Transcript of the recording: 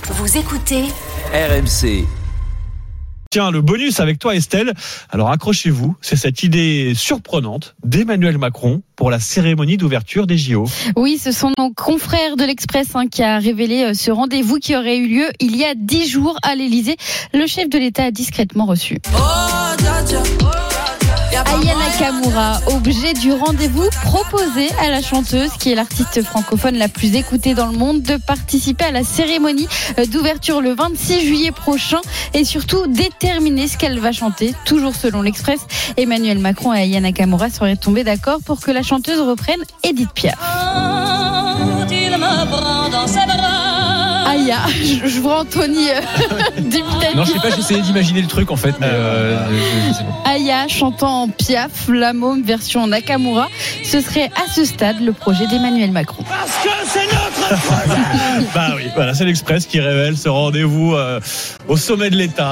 Vous écoutez RMC. Tiens, le bonus avec toi Estelle. Alors accrochez-vous, c'est cette idée surprenante d'Emmanuel Macron pour la cérémonie d'ouverture des JO. Oui, ce sont nos confrères de l'Express qui a révélé ce rendez-vous qui aurait eu lieu il y a 10 jours à l'Elysée. Le chef de l'État a discrètement reçu Aya Nakamura, objet du rendez-vous, proposé à la chanteuse, qui est l'artiste francophone la plus écoutée dans le monde, de participer à la cérémonie d'ouverture le 26 juillet prochain et surtout déterminer ce qu'elle va chanter. Toujours selon l'Express, Emmanuel Macron et Aya Nakamura seraient tombés d'accord pour que la chanteuse reprenne Edith Piaf. Aya, je vois Anthony Non, je sais pas, j'essayais d'imaginer le truc en fait, mais c'est bon. Aya chantant en Piaf, la môme version Nakamura, ce serait à ce stade le projet d'Emmanuel Macron. Parce que c'est notre Bah oui, voilà, c'est l'Express qui révèle ce rendez-vous au sommet de l'État.